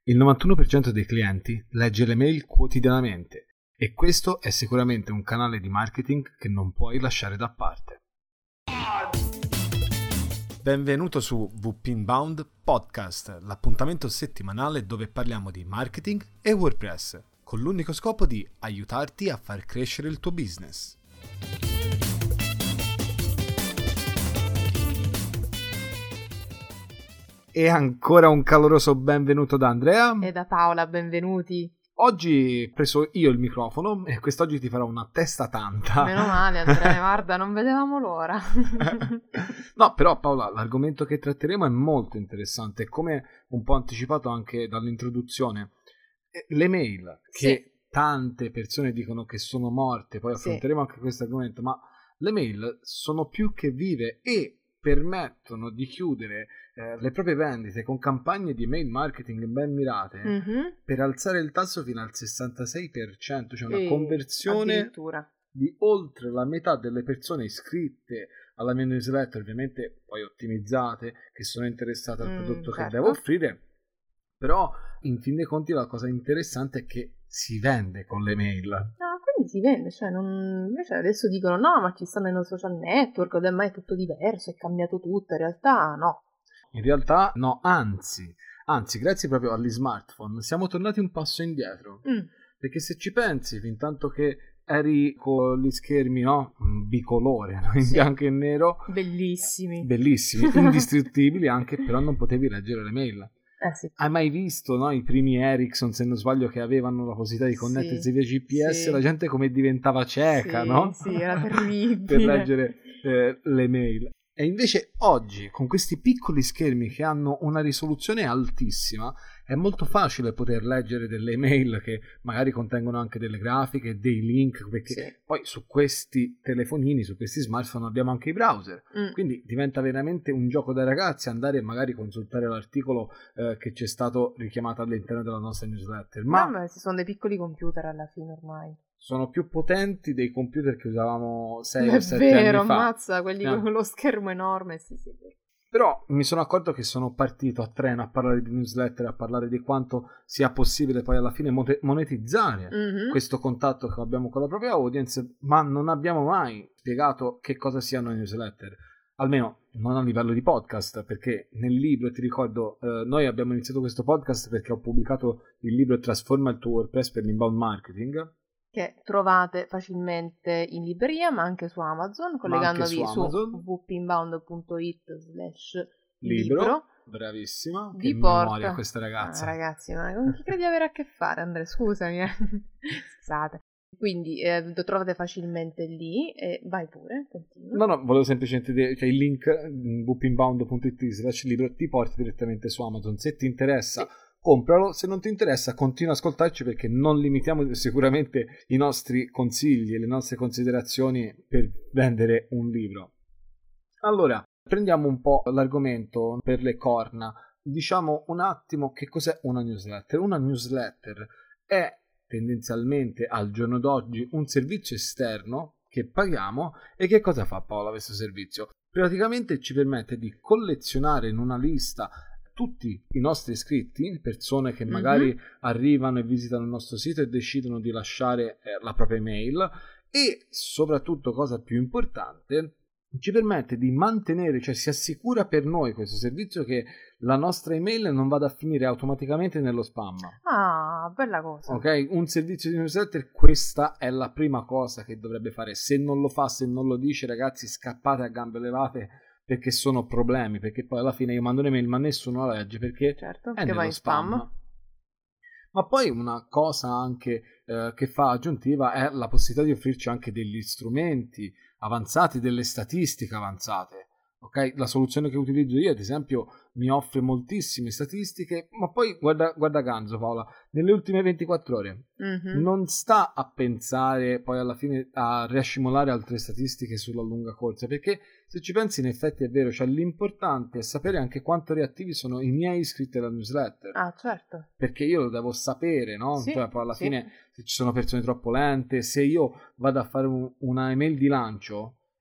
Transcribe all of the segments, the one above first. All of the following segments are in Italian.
Il 91% dei clienti legge le mail quotidianamente e questo è sicuramente un canale di marketing che non puoi lasciare da parte. Benvenuto su WP Inbound Podcast, l'appuntamento settimanale dove parliamo di marketing e WordPress, con l'unico scopo di aiutarti a far crescere il tuo business. E ancora un caloroso benvenuto da Andrea e da Paola, benvenuti. Oggi ho preso io il microfono e quest'oggi ti farò una testa tanta. Meno male Andrea, guarda, non vedevamo l'ora. No, però Paola, l'argomento che tratteremo è molto interessante, come un po' anticipato anche dall'introduzione. Le mail, che tante persone dicono che sono morte, poi affronteremo anche questo argomento, ma le mail sono più che vive e permettono di chiudere le proprie vendite con campagne di email marketing ben mirate per alzare il tasso fino al 66%, cioè una conversione di oltre la metà delle persone iscritte alla mia newsletter, ovviamente poi ottimizzate, che sono interessate al prodotto che devo offrire. Però in fin dei conti la cosa interessante è che si vende con le mail. Quindi si vende, cioè invece adesso dicono no, ma ci stanno i social network, ormai è tutto diverso, è cambiato tutto. In realtà no, anzi grazie proprio agli smartphone siamo tornati un passo indietro, perché se ci pensi, fin tanto che eri con gli schermi bicolore, in bianco e nero, bellissimi, indistruttibili anche, però non potevi leggere le mail. Sì. Hai mai visto i primi Ericsson, se non sbaglio, che avevano la possibilità di connettersi via GPS? La gente come diventava cieca, no? Sì, era terribile. Per leggere le mail. E invece oggi, con questi piccoli schermi che hanno una risoluzione altissima, è molto facile poter leggere delle email che magari contengono anche delle grafiche, dei link, perché poi su questi telefonini, su questi smartphone abbiamo anche i browser, quindi diventa veramente un gioco da ragazzi andare e magari consultare l'articolo che c'è stato richiamato all'interno della nostra newsletter. Ma ci sono dei piccoli computer alla fine ormai. Sono più potenti dei computer che usavamo 6 o 7 anni fa. È vero, ammazza, quelli con lo schermo enorme, sì. Però mi sono accorto che sono partito a treno a parlare di newsletter, a parlare di quanto sia possibile poi alla fine monetizzare questo contatto che abbiamo con la propria audience, ma non abbiamo mai spiegato che cosa siano i newsletter, almeno non a livello di podcast, perché nel libro, ti ricordo, noi abbiamo iniziato questo podcast perché ho pubblicato il libro Trasforma il tuo WordPress per l'inbound marketing, che trovate facilmente in libreria ma anche su Amazon, collegandovi su www.inbound.it/libro. Bravissima, vi che porta... memoria questa ragazza. Ragazzi, ma con chi credi di avere a che fare, Andrea? Scusami. Scusate. Quindi lo trovate facilmente lì e vai pure, continua. No, volevo semplicemente dire che il link www.inbound.it/libro ti porta direttamente su Amazon. Se ti interessa compralo, se non ti interessa continua ad ascoltarci, perché non limitiamo sicuramente i nostri consigli e le nostre considerazioni per vendere un libro. Allora, prendiamo un po' l'argomento per le corna. Diciamo un attimo che cos'è una newsletter. Una newsletter è tendenzialmente al giorno d'oggi un servizio esterno che paghiamo. E che cosa fa, Paola, questo servizio? Praticamente ci permette di collezionare in una lista tutti i nostri iscritti, persone che magari arrivano e visitano il nostro sito e decidono di lasciare la propria email, e soprattutto, cosa più importante, ci permette di mantenere, cioè si assicura per noi questo servizio che la nostra email non vada a finire automaticamente nello spam. Bella cosa. Ok, un servizio di newsletter, questa è la prima cosa che dovrebbe fare. Se non lo fa, se non lo dice, ragazzi, scappate a gambe levate, perché sono problemi, perché poi alla fine io mando un'email ma nessuno la legge perché è nello spam. Ma poi una cosa anche che fa aggiuntiva è la possibilità di offrirci anche degli strumenti avanzati, delle statistiche avanzate. Ok, la soluzione che utilizzo io, ad esempio, mi offre moltissime statistiche, ma poi guarda ganzo, Paola, nelle ultime 24 ore non sta a pensare poi alla fine a riascimolare altre statistiche sulla lunga corsa, perché se ci pensi in effetti è vero, cioè l'importante è sapere anche quanto reattivi sono i miei iscritti alla newsletter. Certo. Perché io lo devo sapere, no? Cioè poi alla fine se ci sono persone troppo lente, se io vado a fare una email di lancio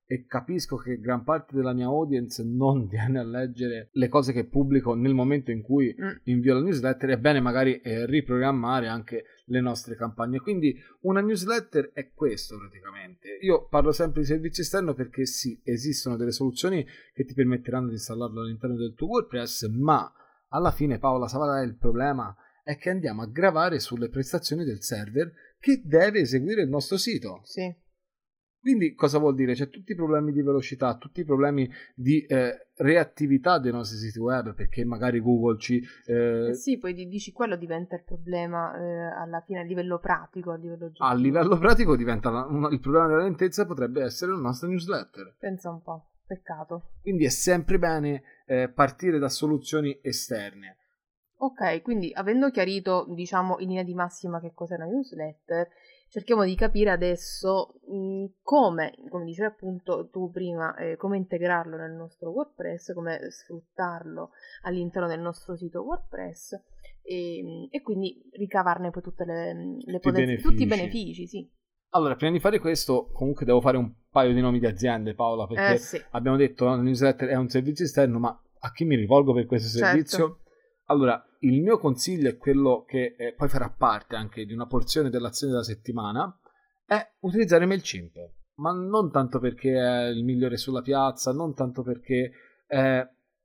e capisco che gran parte della mia audience non viene a leggere le cose che pubblico nel momento in cui invio la newsletter, è bene magari riprogrammare anche le nostre campagne. Quindi una newsletter è questo praticamente. Io parlo sempre di servizio esterno perché sì, esistono delle soluzioni che ti permetteranno di installarlo all'interno del tuo WordPress, ma alla fine, Paola Savara, il problema è che andiamo a gravare sulle prestazioni del server che deve eseguire il nostro sito. Sì. Quindi cosa vuol dire? C'è tutti i problemi di velocità, tutti i problemi di reattività dei nostri siti web, perché magari Google ci... Sì, poi dici quello diventa il problema alla fine a livello pratico, a livello oggettivo. A livello pratico diventa il problema della lentezza potrebbe essere la nostra newsletter. Pensa un po', peccato. Quindi è sempre bene partire da soluzioni esterne. Ok, quindi avendo chiarito, diciamo, in linea di massima che cos'è una newsletter, cerchiamo di capire adesso come dicevi appunto tu prima, come integrarlo nel nostro WordPress, come sfruttarlo all'interno del nostro sito WordPress e quindi ricavarne poi tutte tutti i benefici, sì. Allora, prima di fare questo, comunque devo fare un paio di nomi di aziende, Paola, perché sì. abbiamo detto che la newsletter è un servizio esterno, ma a chi mi rivolgo per questo servizio? Certo. Allora, il mio consiglio è quello che poi farà parte anche di una porzione dell'azione della settimana, è utilizzare MailChimp, ma non tanto perché è il migliore sulla piazza, non tanto perché è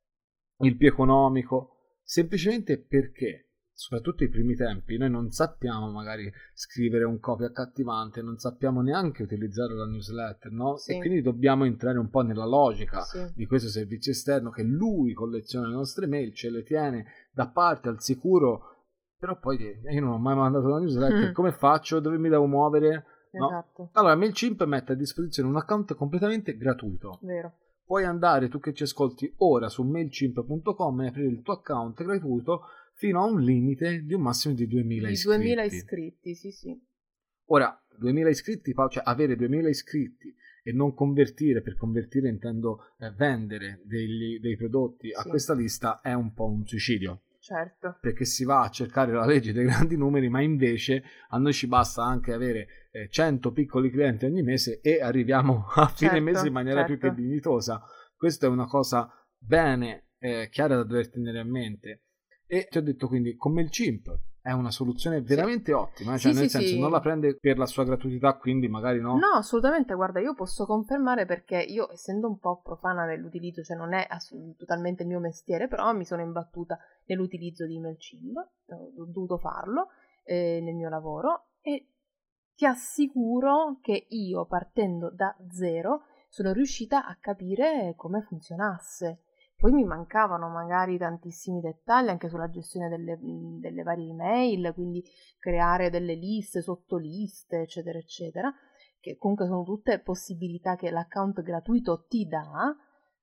il più economico, semplicemente perché, soprattutto ai primi tempi, noi non sappiamo magari scrivere un copy accattivante, non sappiamo neanche utilizzare la newsletter, no? Sì. E quindi dobbiamo entrare un po' nella logica Sì. di questo servizio esterno che lui colleziona le nostre mail, ce le tiene da parte al sicuro, però poi io non ho mai mandato la newsletter, come faccio? Dove mi devo muovere? No? Esatto. Allora MailChimp mette a disposizione un account completamente gratuito. Vero. Puoi andare, tu che ci ascolti ora, su mailchimp.com e aprire il tuo account gratuito fino a un limite di un massimo di 2000 iscritti. 2000 iscritti, sì. Ora, 2000 iscritti, cioè avere 2000 iscritti e non convertire, per convertire intendo vendere dei prodotti a questa lista, è un po' un suicidio. Certo. Perché si va a cercare la legge dei grandi numeri, ma invece a noi ci basta anche avere 100 piccoli clienti ogni mese e arriviamo a fine mese in maniera più che dignitosa. Questa è una cosa bene chiara da dover tenere a mente. E ti ho detto, quindi con MailChimp è una soluzione veramente ottima, cioè nel senso non la prende per la sua gratuità, quindi magari no. No, assolutamente, guarda, io posso confermare perché io, essendo un po' profana nell'utilizzo, cioè non è totalmente il mio mestiere, però mi sono imbattuta nell'utilizzo di MailChimp, ho dovuto farlo nel mio lavoro e ti assicuro che io, partendo da zero, sono riuscita a capire come funzionasse. Poi mi mancavano magari tantissimi dettagli anche sulla gestione delle varie email, quindi creare delle liste, sottoliste, eccetera, eccetera, che comunque sono tutte possibilità che l'account gratuito ti dà,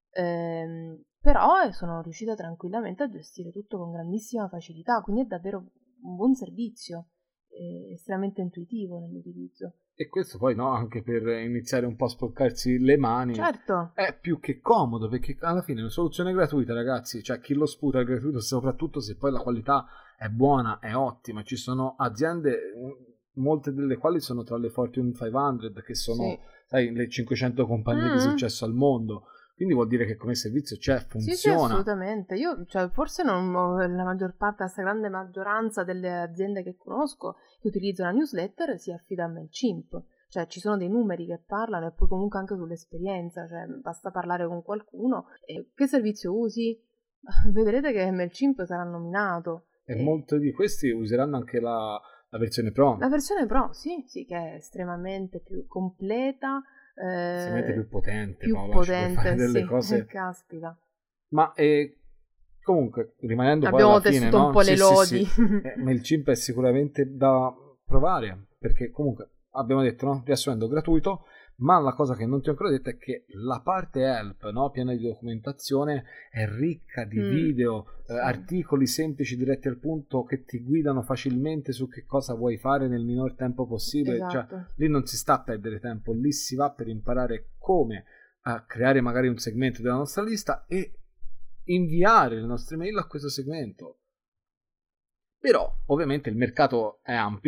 però sono riuscita tranquillamente a gestire tutto con grandissima facilità, quindi è davvero un buon servizio, estremamente intuitivo nell'utilizzo. E questo poi no, anche per iniziare un po' a sporcarsi le mani, certo, è più che comodo, perché alla fine è una soluzione gratuita, ragazzi, cioè chi lo sputa è gratuito, soprattutto se poi la qualità è buona, è ottima. Ci sono aziende, molte delle quali sono tra le Fortune 500, che sono sai, le 500 compagnie di successo al mondo. Quindi vuol dire che come servizio funziona. Sì, assolutamente. Io, forse non la maggior parte, la stragrande maggioranza delle aziende che conosco che utilizzano la newsletter si affida a MailChimp. Cioè ci sono dei numeri che parlano e poi comunque anche sull'esperienza, cioè basta parlare con qualcuno. E che servizio usi? Vedrete che MailChimp sarà nominato. E molti di questi useranno anche la versione Pro. La versione Pro, sì, che è estremamente più completa. Sicuramente più potente, potente, fare delle cose. Caspita. Ma comunque, rimanendo abbiamo poi alla fine, un po' le lodi. MailChimp è sicuramente da provare, perché comunque abbiamo detto, no? Riassumendo, gratuito, ma la cosa che non ti ho ancora detto è che la parte help, no? Piena di documentazione, è ricca di video, articoli semplici diretti al punto che ti guidano facilmente su che cosa vuoi fare nel minor tempo possibile. Esatto. Cioè, lì non si sta a perdere tempo, lì si va per imparare come creare magari un segmento della nostra lista e inviare le nostre mail a questo segmento. Però ovviamente il mercato è ampio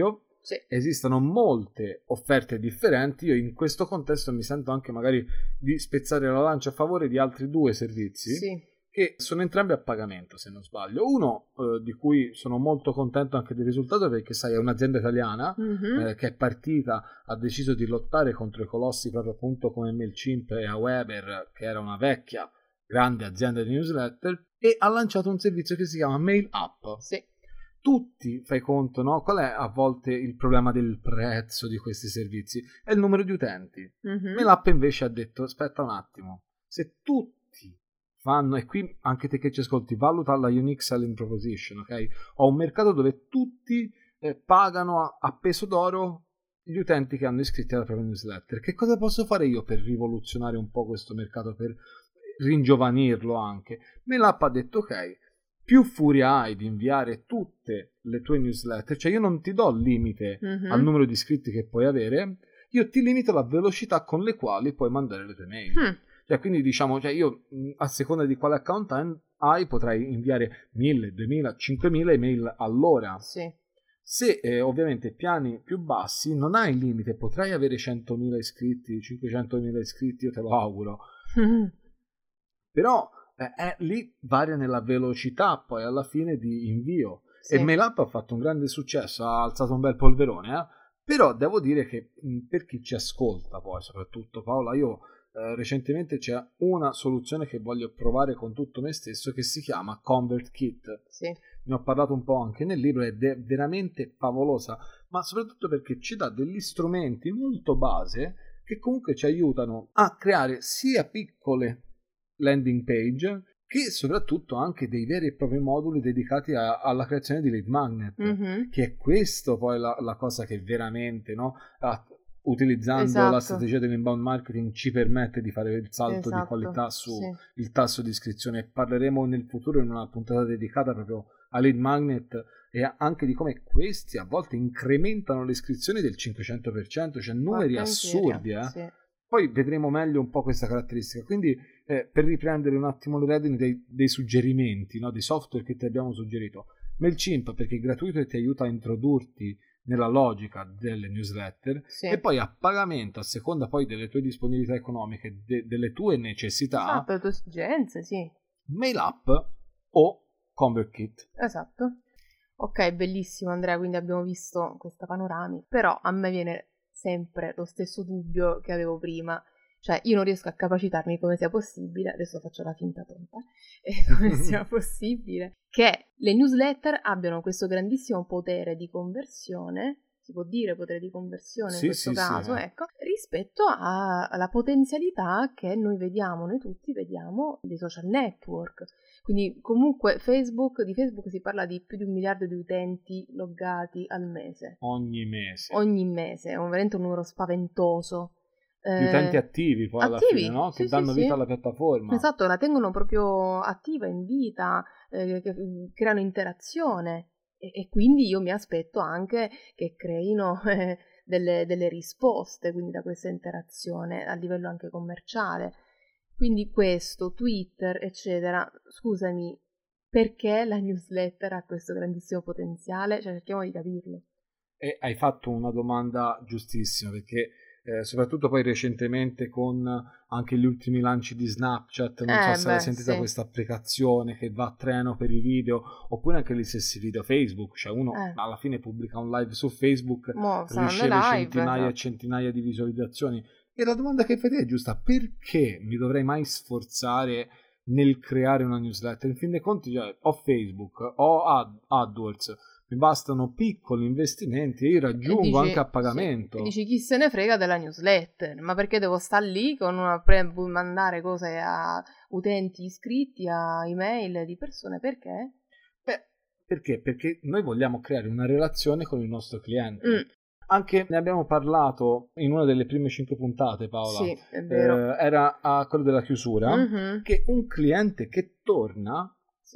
Sì. Esistono molte offerte differenti. Io in questo contesto mi sento anche magari di spezzare la lancia a favore di altri 2 servizi. Sì. Che sono entrambi a pagamento, se non sbaglio. Uno di cui sono molto contento anche del risultato, perché sai, è un'azienda italiana che è partita, ha deciso di lottare contro i colossi proprio appunto come MailChimp e Aweber, che era una vecchia grande azienda di newsletter, e ha lanciato un servizio che si chiama MailUp. Sì. Tutti, fai conto, no? Qual è a volte il problema del prezzo di questi servizi? È il numero di utenti. MailUp invece ha detto, aspetta un attimo, se tutti fanno, e qui anche te che ci ascolti, valuta la unique selling proposition, ok? Ho un mercato dove tutti pagano a peso d'oro gli utenti che hanno iscritti alla propria newsletter. Che cosa posso fare io per rivoluzionare un po' questo mercato, per ringiovanirlo anche? MailUp ha detto, ok, più furia hai di inviare tutte le tue newsletter, cioè io non ti do limite al numero di iscritti che puoi avere, io ti limito la velocità con le quali puoi mandare le tue mail. Cioè, quindi diciamo, cioè io a seconda di quale account hai potrai inviare 1000, 2000, 5000 email all'ora. Sì. Se ovviamente piani più bassi non hai limite, potrai avere 100.000 iscritti, 500.000 iscritti, io te lo auguro. Però lì varia nella velocità poi alla fine di invio. Sì. E MailUp ha fatto un grande successo, ha alzato un bel polverone, però devo dire che per chi ci ascolta poi soprattutto, Paola, io recentemente c'è una soluzione che voglio provare con tutto me stesso che si chiama ConvertKit. Sì. Ne ho parlato un po' anche nel libro ed è veramente favolosa, ma soprattutto perché ci dà degli strumenti molto base che comunque ci aiutano a creare sia piccole landing page che soprattutto anche dei veri e propri moduli dedicati alla creazione di lead magnet, che è questo poi la cosa che veramente, no, utilizzando la strategia dell'inbound marketing ci permette di fare il salto di qualità sul tasso di iscrizione. Parleremo nel futuro in una puntata dedicata proprio a lead magnet e anche di come questi a volte incrementano le iscrizioni del 500%, cioè numeri assurdi. Poi vedremo meglio un po' questa caratteristica. Quindi per riprendere un attimo le redini dei suggerimenti, no, dei software che ti abbiamo suggerito, MailChimp perché è gratuito e ti aiuta a introdurti nella logica delle newsletter, e poi a pagamento a seconda poi delle tue disponibilità economiche, delle tue necessità, le tue esigenze, MailUp o ConvertKit. Esatto. Ok, bellissimo Andrea, quindi abbiamo visto questa panoramica, però a me viene sempre lo stesso dubbio che avevo prima, cioè io non riesco a capacitarmi come sia possibile, adesso faccio la finta tonta, come sia possibile che le newsletter abbiano questo grandissimo potere di conversione, si può dire potere di conversione in questo caso, ecco, rispetto alla potenzialità che noi tutti vediamo dei social network. Quindi comunque di Facebook si parla di più di 1 miliardo di utenti loggati al mese. Ogni mese, è veramente un numero spaventoso. Di utenti attivi poi alla fine, no? Che danno vita alla piattaforma. Esatto, la tengono proprio attiva, in vita, che creano interazione e quindi io mi aspetto anche che creino delle risposte quindi da questa interazione a livello anche commerciale. Quindi questo, Twitter, eccetera, scusami, perché la newsletter ha questo grandissimo potenziale? Cioè, cerchiamo di capirlo. E hai fatto una domanda giustissima, perché soprattutto poi recentemente con anche gli ultimi lanci di Snapchat, non so se l'hai sentita questa applicazione che va a treno per i video, oppure anche gli stessi video Facebook, cioè uno alla fine pubblica un live su Facebook, riceve centinaia e centinaia di visualizzazioni. E la domanda che fai te è giusta: perché mi dovrei mai sforzare nel creare una newsletter? In fin dei conti, cioè, ho Facebook, ho AdWords, mi bastano piccoli investimenti e io raggiungo anche a pagamento. E dici, chi se ne frega della newsletter? Ma perché devo stare lì con mandare cose a utenti iscritti, a email di persone? Perché? Perché? Perché noi vogliamo creare una relazione con il nostro cliente. Anche ne abbiamo parlato in una delle prime 5 puntate, Paola. Sì, è vero. Era a quello della chiusura, che un cliente che torna,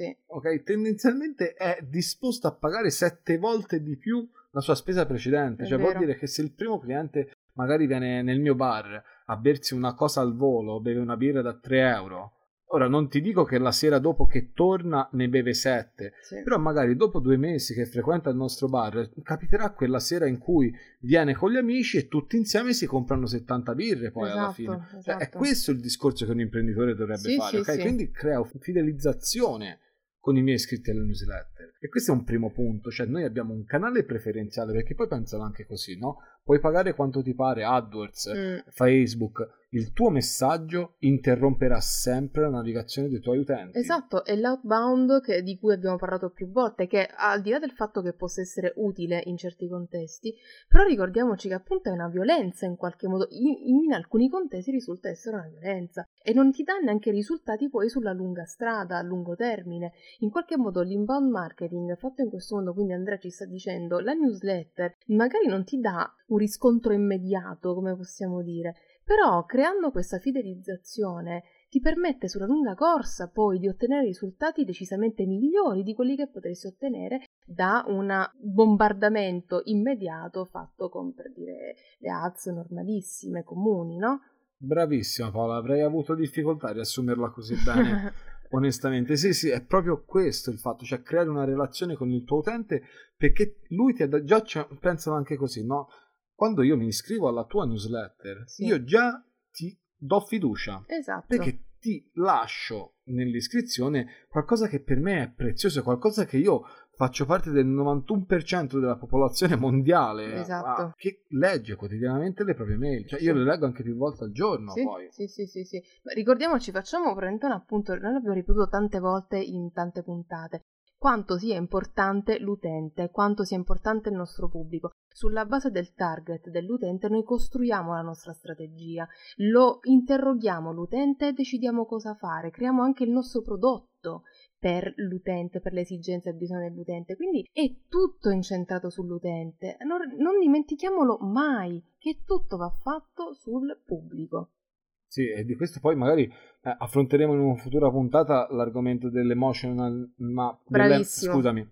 ok, tendenzialmente è disposto a pagare 7 volte di più la sua spesa precedente. Cioè vuol dire che se il primo cliente magari viene nel mio bar a bersi una cosa al volo, beve una birra da 3 euro, Ora non ti dico che la sera dopo che torna ne beve 7, sì. Però magari dopo 2 mesi che frequenta il nostro bar capiterà quella sera in cui viene con gli amici e tutti insieme si comprano 70 birre poi alla fine. Esatto. Cioè, è questo il discorso che un imprenditore dovrebbe fare, ok? Sì. Quindi crea fidelizzazione con i miei iscritti alle newsletter. E questo è un primo punto, cioè noi abbiamo un canale preferenziale, perché poi pensano anche così, no? Puoi pagare quanto ti pare, AdWords, Facebook, il tuo messaggio interromperà sempre la navigazione dei tuoi utenti. Esatto, è l'outbound di cui abbiamo parlato più volte, che al di là del fatto che possa essere utile in certi contesti, però ricordiamoci che appunto è una violenza in qualche modo, in alcuni contesti risulta essere una violenza e non ti dà neanche risultati poi sulla lunga strada, a lungo termine. In qualche modo l'inbound marketing fatto in questo modo, quindi Andrea ci sta dicendo, la newsletter magari non ti dà un riscontro immediato, come possiamo dire, però creando questa fidelizzazione ti permette sulla lunga corsa poi di ottenere risultati decisamente migliori di quelli che potresti ottenere da un bombardamento immediato fatto con, per dire, le ads normalissime, comuni, no? Bravissima Paola, avrei avuto difficoltà a riassumerla così bene. Onestamente, sì, è proprio questo il fatto, cioè creare una relazione con il tuo utente, perché lui ti ha già pensano anche così, no? Quando io mi iscrivo alla tua newsletter, io già ti do fiducia. Esatto. Perché ti lascio nell'iscrizione qualcosa che per me è prezioso, qualcosa che io faccio parte del 91% della popolazione mondiale, esatto, che legge quotidianamente le proprie mail. Cioè io le leggo anche più volte al giorno. Sì. Poi. Sì. Ma ricordiamoci, facciamo veramente un appunto, noi l'abbiamo ripetuto tante volte in tante puntate, quanto sia importante l'utente, quanto sia importante il nostro pubblico. Sulla base del target dell'utente noi costruiamo la nostra strategia, lo interroghiamo l'utente e decidiamo cosa fare, creiamo anche il nostro prodotto per l'utente, per le esigenze e bisogni dell'utente, quindi è tutto incentrato sull'utente, non dimentichiamolo mai, che tutto va fatto sul pubblico. Sì, e di questo poi magari affronteremo in una futura puntata l'argomento dell'emotional map. Bravissimo. Scusami.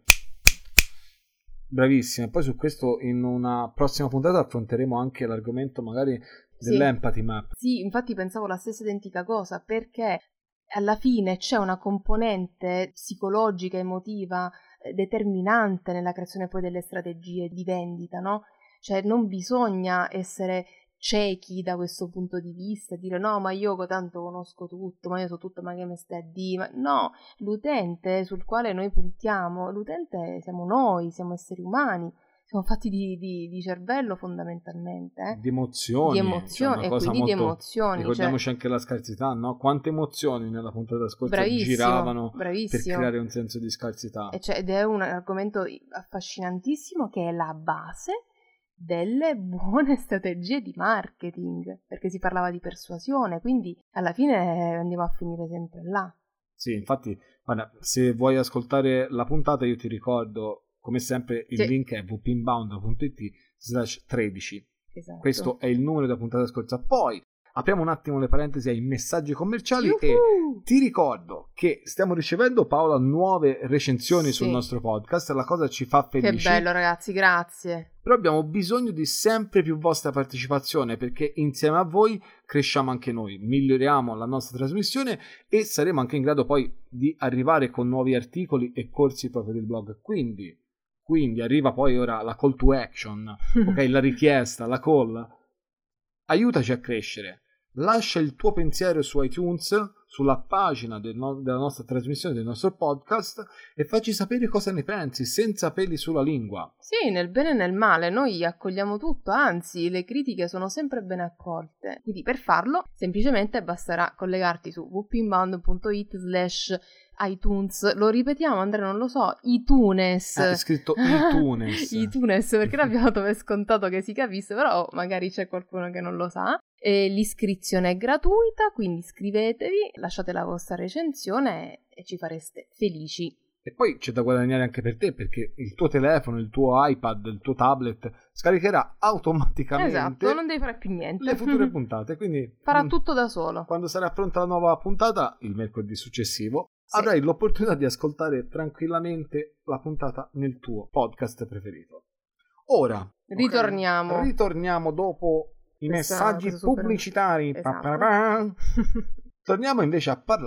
Bravissima. Poi su questo in una prossima puntata affronteremo anche l'argomento magari dell'empathy map. Sì, infatti pensavo la stessa identica cosa, perché alla fine c'è una componente psicologica, emotiva, determinante nella creazione poi delle strategie di vendita, no? Cioè non bisogna essere ciechi da questo punto di vista, dire no, ma io tanto conosco tutto, ma io so tutto, ma che mi stai a dire? No, l'utente sul quale noi puntiamo, l'utente siamo noi, siamo esseri umani, siamo fatti di cervello fondamentalmente. Di emozioni. E quindi di emozioni. Ricordiamoci anche la scarsità, no? Quante emozioni nella puntata scorsa giravano per creare un senso di scarsità. Ed è un argomento affascinantissimo che è la base delle buone strategie di marketing, perché si parlava di persuasione, quindi alla fine andiamo a finire sempre là. Sì, infatti, guarda, se vuoi ascoltare la puntata io ti ricordo, come sempre, il link è wpinbound.it/13. Esatto. Questo è il numero della puntata scorsa. Poi apriamo un attimo le parentesi ai messaggi commerciali e ti ricordo che stiamo ricevendo, Paola, nuove recensioni sul nostro podcast. La cosa ci fa felici. Che bello, ragazzi, grazie. Però abbiamo bisogno di sempre più vostra partecipazione, perché insieme a voi cresciamo anche noi, miglioriamo la nostra trasmissione e saremo anche in grado poi di arrivare con nuovi articoli e corsi proprio del blog. Quindi arriva poi ora la call to action, ok? La richiesta, la call. Aiutaci a crescere. Lascia il tuo pensiero su iTunes, sulla pagina della nostra trasmissione, del nostro podcast, e facci sapere cosa ne pensi, senza peli sulla lingua. Sì, nel bene e nel male, noi accogliamo tutto, anzi, le critiche sono sempre ben accolte. Quindi per farlo, semplicemente basterà collegarti su wpinbound.it/iTunes. Lo ripetiamo, Andrea, non lo so, iTunes. È scritto iTunes. iTunes, perché l'abbiamo dato per scontato che si capisse, però magari c'è qualcuno che non lo sa. E l'iscrizione è gratuita, quindi iscrivetevi, lasciate la vostra recensione e ci fareste felici. E poi c'è da guadagnare anche per te, perché il tuo telefono, il tuo iPad, il tuo tablet scaricherà automaticamente. Esatto, non devi fare più niente. Le future puntate, quindi farà tutto da solo. Quando sarà pronta la nuova puntata, il mercoledì successivo, avrai l'opportunità di ascoltare tranquillamente la puntata nel tuo podcast preferito. Ora ritorniamo dopo i messaggi pubblicitari. Esatto. Torniamo invece a parlare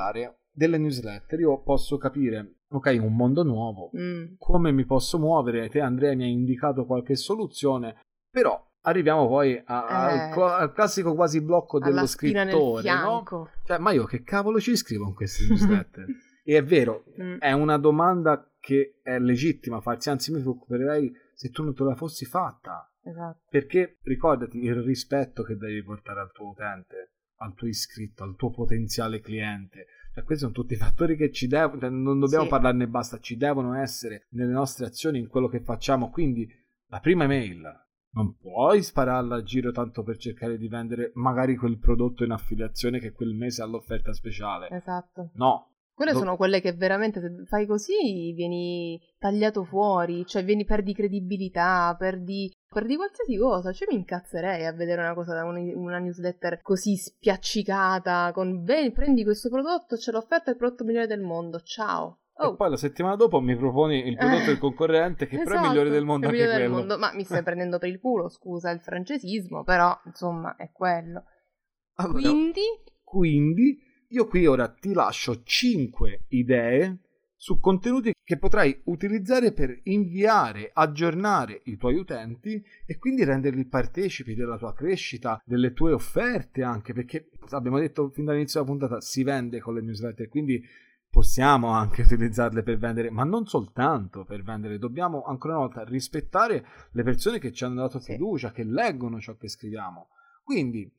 delle newsletter io posso capire, ok, un mondo nuovo, come mi posso muovere, te Andrea mi hai indicato qualche soluzione, però arriviamo poi al classico quasi blocco dello scrittore, no? Cioè, ma io che cavolo ci scrivo in queste newsletter? E è vero, è una domanda che è legittima farsi, anzi mi preoccuperei se tu non te la fossi fatta. Esatto. Perché ricordati il rispetto che devi portare al tuo utente, al tuo iscritto, al tuo potenziale cliente. Cioè, questi sono tutti fattori che ci devono, non dobbiamo parlarne e basta, ci devono essere nelle nostre azioni, in quello che facciamo. Quindi la prima email non puoi spararla a giro tanto per cercare di vendere magari quel prodotto in affiliazione che quel mese ha l'offerta speciale. Esatto. No. Quelle sono quelle che veramente, se fai così, vieni tagliato fuori, cioè perdi credibilità, perdi qualsiasi cosa. Cioè mi incazzerei a vedere una newsletter così spiaccicata, con prendi questo prodotto, c'è l'offerta del prodotto migliore del mondo, ciao. E poi la settimana dopo mi proponi il prodotto del concorrente che però è migliore del mondo anche quello. Mondo. Ma mi stai prendendo per il culo, scusa il francesismo, però insomma è quello. Allora, quindi io qui ora ti lascio 5 idee su contenuti che potrai utilizzare per inviare, aggiornare i tuoi utenti e quindi renderli partecipi della tua crescita, delle tue offerte anche, perché abbiamo detto fin dall'inizio della puntata si vende con le newsletter, quindi possiamo anche utilizzarle per vendere, ma non soltanto per vendere. Dobbiamo ancora una volta rispettare le persone che ci hanno dato fiducia, che leggono ciò che scriviamo. Quindi,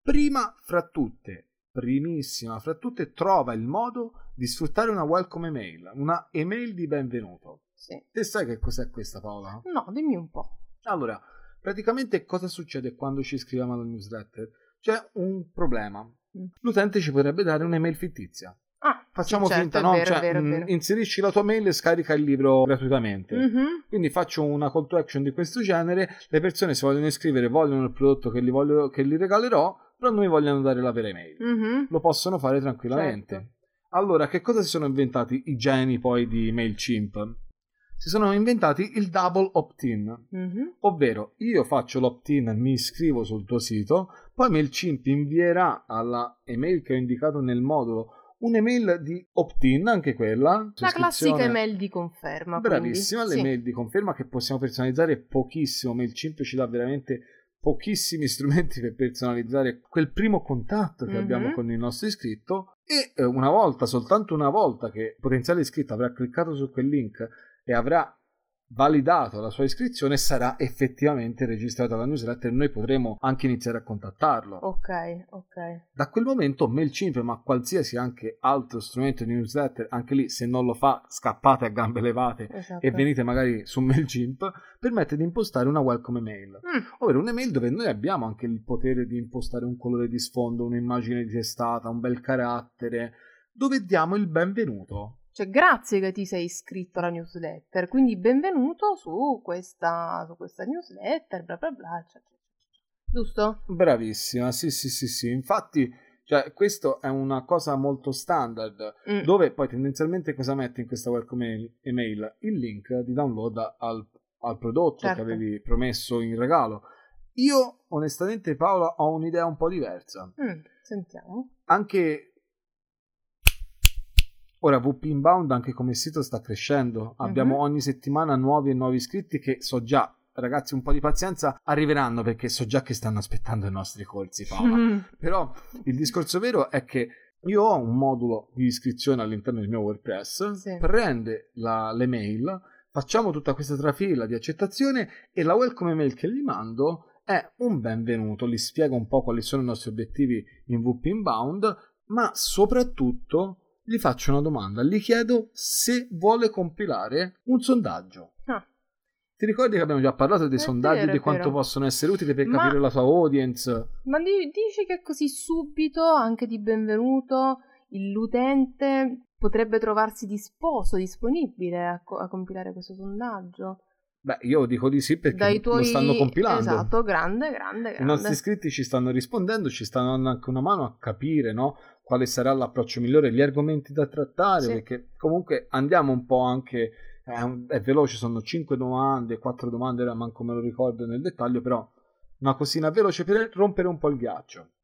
primissima fra tutte, trova il modo di sfruttare una welcome email, una email di benvenuto. Sì. Te sai che cos'è questa, Paola? No, dimmi un po'. Allora, praticamente cosa succede quando ci iscriviamo alla newsletter? C'è un problema. L'utente ci potrebbe dare un'email fittizia. Facciamo finta, no? Vero. Inserisci la tua mail e scarica il libro gratuitamente. Quindi faccio una call to action di questo genere. Le persone si vogliono iscrivere, vogliono il prodotto che gli regalerò, però non mi vogliono dare la vera email. Lo possono fare tranquillamente. Certo. Allora, che cosa si sono inventati i geni poi di MailChimp? Si sono inventati il double opt-in, ovvero io faccio l'opt-in, mi iscrivo sul tuo sito, poi MailChimp invierà alla email che ho indicato nel modulo un'email di opt-in, anche quella. La classica email di conferma. Bravissima, l'email di conferma che possiamo personalizzare pochissimo. MailChimp ci dà veramente pochissimi strumenti per personalizzare quel primo contatto che abbiamo con il nostro iscritto, e soltanto una volta che il potenziale iscritto avrà cliccato su quel link e avrà validato la sua iscrizione, sarà effettivamente registrato alla newsletter e noi potremo anche iniziare a contattarlo. Ok. Da quel momento MailChimp, ma qualsiasi anche altro strumento di newsletter, anche lì se non lo fa scappate a gambe levate e venite magari su MailChimp, permette di impostare una welcome email, ovvero un'email dove noi abbiamo anche il potere di impostare un colore di sfondo, un'immagine di testata, un bel carattere, dove diamo il benvenuto. Cioè, grazie che ti sei iscritto alla newsletter, quindi benvenuto su questa newsletter, bla bla bla, giusto? Bravissima, sì, infatti, cioè, questo è una cosa molto standard, dove poi tendenzialmente cosa metti in questa welcome email? Il link di download al prodotto che avevi promesso in regalo. Io, onestamente, Paola, ho un'idea un po' diversa. Sentiamo. Anche ora WP Inbound anche come sito sta crescendo, abbiamo ogni settimana nuovi iscritti che so già, ragazzi, un po' di pazienza, arriveranno perché so già che stanno aspettando i nostri corsi, Paola. Però il discorso vero è che io ho un modulo di iscrizione all'interno del mio WordPress, prende le mail, facciamo tutta questa trafila di accettazione e la welcome email che gli mando è un benvenuto, gli spiego un po' quali sono i nostri obiettivi in WP Inbound, ma soprattutto gli faccio una domanda, gli chiedo se vuole compilare un sondaggio. Ti ricordi che abbiamo già parlato dei sondaggi e di quanto possono essere utili per capire la tua audience? Ma dici che così subito, anche di benvenuto, l'utente potrebbe trovarsi disponibile a compilare questo sondaggio? Beh, io dico di sì perché lo stanno compilando. Esatto, grande. I nostri iscritti ci stanno rispondendo, ci stanno dando anche una mano a capire, no? Quale sarà l'approccio migliore, gli argomenti da trattare, perché comunque andiamo un po' anche, è veloce, sono 5 domande, 4 domande, manco me lo ricordo nel dettaglio, però una cosina veloce per rompere un po' il ghiaccio.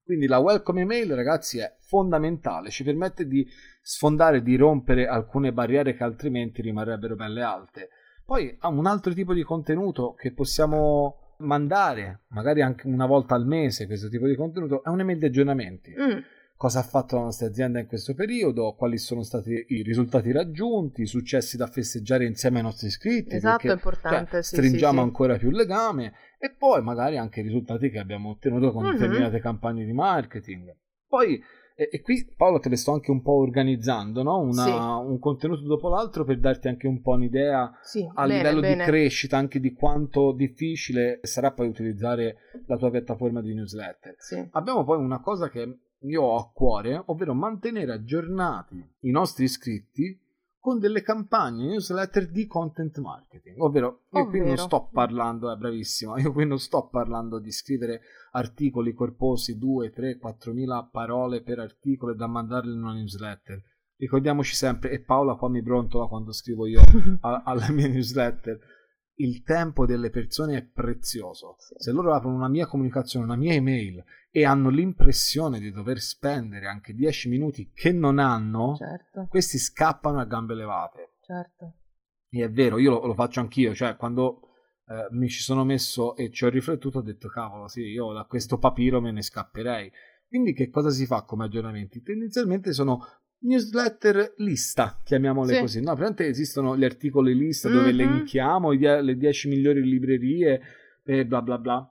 Quindi la welcome email, ragazzi, è fondamentale, ci permette di sfondare, di rompere alcune barriere che altrimenti rimarrebbero belle alte. Poi ha un altro tipo di contenuto che possiamo mandare, magari anche una volta al mese, questo tipo di contenuto, è un'email di aggiornamenti. Cosa ha fatto la nostra azienda in questo periodo, quali sono stati i risultati raggiunti, i successi da festeggiare insieme ai nostri iscritti. Esatto, perché, è importante. stringiamo ancora più il legame, e poi magari anche i risultati che abbiamo ottenuto con determinate campagne di marketing. Poi, e qui Paolo te le sto anche un po' organizzando, no? Un contenuto dopo l'altro per darti anche un po' un'idea livello di crescita, anche di quanto difficile sarà poi utilizzare la tua piattaforma di newsletter. Abbiamo poi una cosa che io ho a cuore, ovvero mantenere aggiornati i nostri iscritti con delle campagne newsletter di content marketing, ovvero io qui non sto parlando, bravissimo, io qui non sto parlando di scrivere articoli corposi, 2, 3, 4.000 parole per articolo e da mandarli in una newsletter. Ricordiamoci sempre, e Paola qua mi brontola quando scrivo io alla mia newsletter, il tempo delle persone è prezioso. Se loro aprono una mia comunicazione, una mia email e hanno l'impressione di dover spendere anche 10 minuti che non hanno, questi scappano a gambe levate. E è vero, io lo faccio anch'io, cioè quando mi ci sono messo e ci ho riflettuto ho detto cavolo, sì, io da questo papiro me ne scapperei. Quindi che cosa si fa come aggiornamenti? Tendenzialmente sono newsletter lista, chiamiamole così, no? Praticamente esistono gli articoli lista dove elenchiamo le 10 migliori librerie e bla bla bla.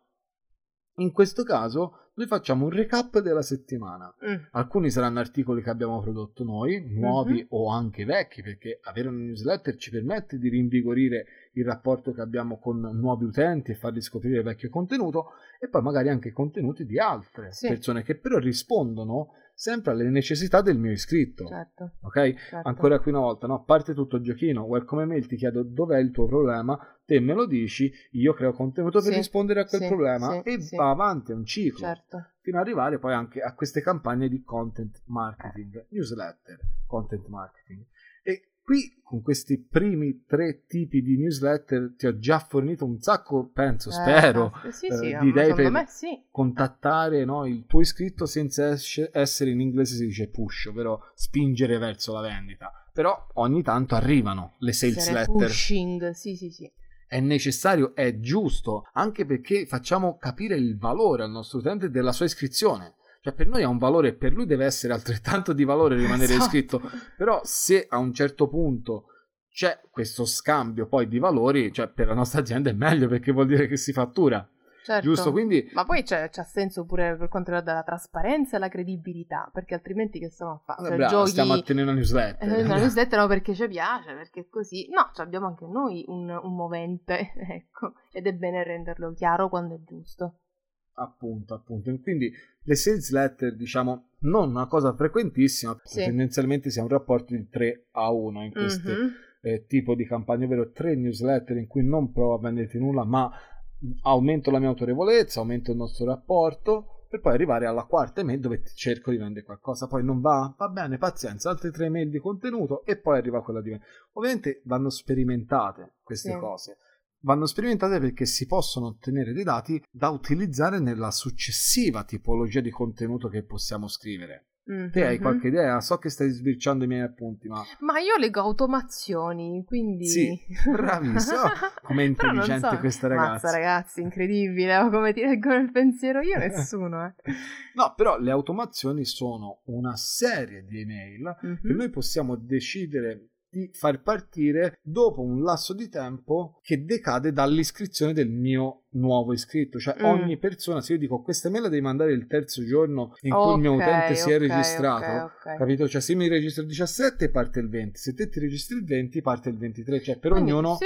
In questo caso noi facciamo un recap della settimana. Alcuni saranno articoli che abbiamo prodotto noi, nuovi o anche vecchi, perché avere una newsletter ci permette di rinvigorire il rapporto che abbiamo con nuovi utenti e fargli scoprire vecchio contenuto, e poi magari anche contenuti di altre persone che però rispondono sempre alle necessità del mio iscritto. Ok? Ancora qui una volta, no? Parte tutto il giochino. Welcome email, ti chiedo dov'è il tuo problema, te me lo dici, io creo contenuto per rispondere a quel problema e va avanti, è un ciclo fino ad arrivare poi anche a queste campagne di content marketing, newsletter, content marketing. E qui con questi primi 3 tipi di newsletter ti ho già fornito un sacco, penso, spero, di idee per contattare il tuo iscritto senza essere, in inglese si dice push, ovvero spingere verso la vendita. Però ogni tanto arrivano le sales letter. Pushing, sì. È necessario, è giusto, anche perché facciamo capire il valore al nostro utente della sua iscrizione. Cioè per noi ha un valore e per lui deve essere altrettanto di valore rimanere iscritto. Però se a un certo punto c'è questo scambio poi di valori, cioè per la nostra azienda è meglio, perché vuol dire che si fattura. Giusto? Quindi... Ma poi c'ha senso pure per quanto riguarda la trasparenza e la credibilità, perché altrimenti che stiamo a fare? Bravo, stiamo a tenere una newsletter. Una newsletter no, perché ci piace, perché così... No, abbiamo anche noi un movente, ecco, ed è bene renderlo chiaro quando è giusto. Appunto. Quindi le sales letter, diciamo, non una cosa frequentissima, tendenzialmente sia un rapporto di 3-1 in questo tipo di campagne, ovvero 3 newsletter in cui non provo a venderti nulla, ma aumento la mia autorevolezza, aumento il nostro rapporto, per poi arrivare alla quarta email dove cerco di vendere qualcosa. Poi non va bene, pazienza, altre 3 email di contenuto e poi arriva quella di vendita. Ovviamente vanno sperimentate queste cose, vanno sperimentate perché si possono ottenere dei dati da utilizzare nella successiva tipologia di contenuto che possiamo scrivere. Te hai qualche idea? So che stai sbirciando i miei appunti, ma io leggo automazioni, quindi... Sì, bravissimo. Com'è intelligente questa ragazza. Mazza, ragazzi, incredibile. Come ti leggono il pensiero io? Nessuno, No, però le automazioni sono una serie di email che noi possiamo decidere di far partire dopo un lasso di tempo che decade dall'iscrizione del mio nuovo iscritto. Cioè ogni persona, se io dico questa mail la devi mandare il terzo giorno in cui il mio utente si è registrato, capito? Cioè se mi registro il 17 parte il 20, se te ti registri il 20 parte il 23, cioè per ognuno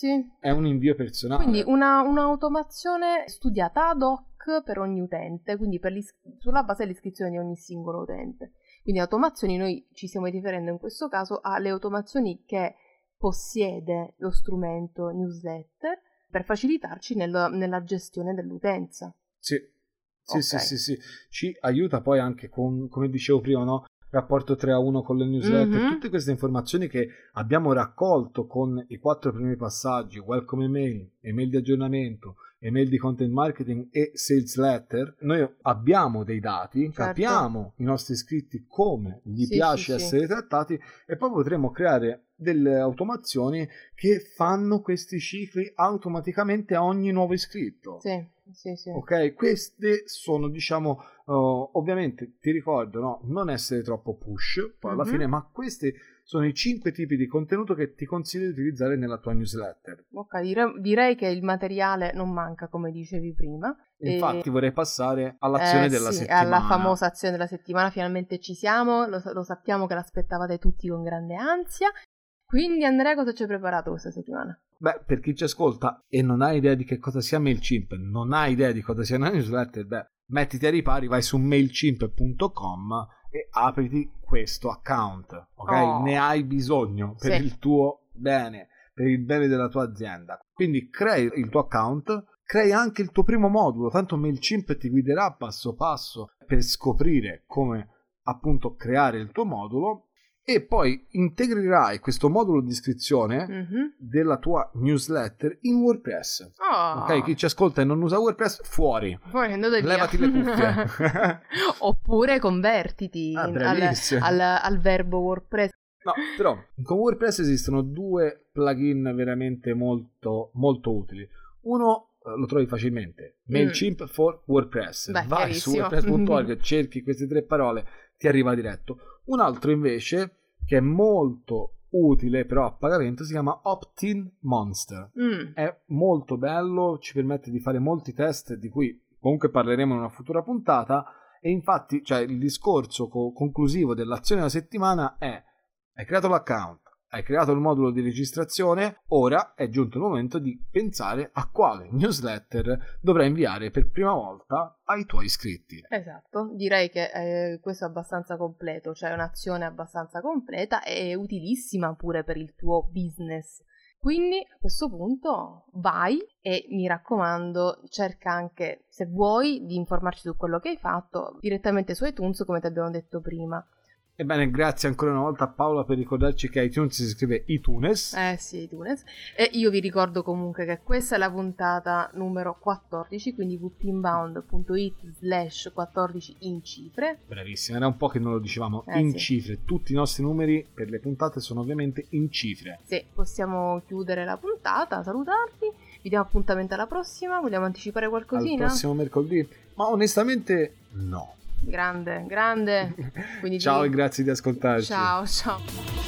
è un invio personale. Quindi un'automazione studiata ad hoc per ogni utente, quindi sulla base dell'iscrizione di ogni singolo utente. Quindi automazioni, noi ci stiamo riferendo in questo caso alle automazioni che possiede lo strumento newsletter per facilitarci nella gestione dell'utenza. Sì. Ci aiuta poi anche con, come dicevo prima, no? Rapporto 3-1 con le newsletter, tutte queste informazioni che abbiamo raccolto con i 4 primi passaggi: welcome email, email di aggiornamento, email di content marketing e sales letter, noi abbiamo dei dati, certo, capiamo i nostri iscritti come gli piace essere trattati e poi potremo creare delle automazioni che fanno questi cicli automaticamente a ogni nuovo iscritto. Sì. Ok, queste sono, diciamo, ovviamente ti ricordo, no, non essere troppo push poi alla fine, ma questi sono i 5 tipi di contenuto che ti consiglio di utilizzare nella tua newsletter. Ok, direi che il materiale non manca, come dicevi prima. Infatti vorrei passare all'azione della settimana. Alla famosa azione della settimana, finalmente ci siamo, lo sappiamo che l'aspettavate tutti con grande ansia. Quindi Andrea, cosa ci hai preparato questa settimana? Beh, per chi ci ascolta e non ha idea di che cosa sia MailChimp, non ha idea di cosa sia una newsletter, mettiti ai ripari, vai su mailchimp.com e apriti questo account, ok? Ne hai bisogno per il tuo bene, per il bene della tua azienda. Quindi crei il tuo account, crei anche il tuo primo modulo, tanto MailChimp ti guiderà passo passo per scoprire come appunto creare il tuo modulo. E poi integrerai questo modulo di iscrizione della tua newsletter in WordPress. Ok, chi ci ascolta e non usa WordPress, fuori. Levati le cuffie. Oppure convertiti al verbo WordPress. No, però con WordPress esistono 2 plugin veramente molto, molto utili. Uno lo trovi facilmente, MailChimp for WordPress. Vai su WordPress.org, cerchi queste 3 parole, ti arriva diretto. Un altro invece che è molto utile però a pagamento si chiama Opt-in Monster. È molto bello, ci permette di fare molti test di cui comunque parleremo in una futura puntata, e infatti il discorso conclusivo dell'azione della settimana è: hai creato l'account, hai creato il modulo di registrazione, ora è giunto il momento di pensare a quale newsletter dovrai inviare per prima volta ai tuoi iscritti. Esatto, direi che questo è abbastanza completo, cioè un'azione abbastanza completa e utilissima pure per il tuo business. Quindi a questo punto vai e, mi raccomando, cerca anche, se vuoi, di informarci su quello che hai fatto direttamente su iTunes, come ti abbiamo detto prima. Ebbene, grazie ancora una volta a Paola per ricordarci che iTunes si scrive iTunes. Sì, iTunes. E io vi ricordo comunque che questa è la puntata numero 14, quindi wpinbound.it/14 in cifre. Bravissima, era un po' che non lo dicevamo, cifre. Tutti i nostri numeri per le puntate sono ovviamente in cifre. Sì, possiamo chiudere la puntata, salutarvi. Vi diamo appuntamento alla prossima, vogliamo anticipare qualcosina? Al prossimo mercoledì? Ma onestamente no. Grande. Quindi ciao e grazie di ascoltarci. Ciao.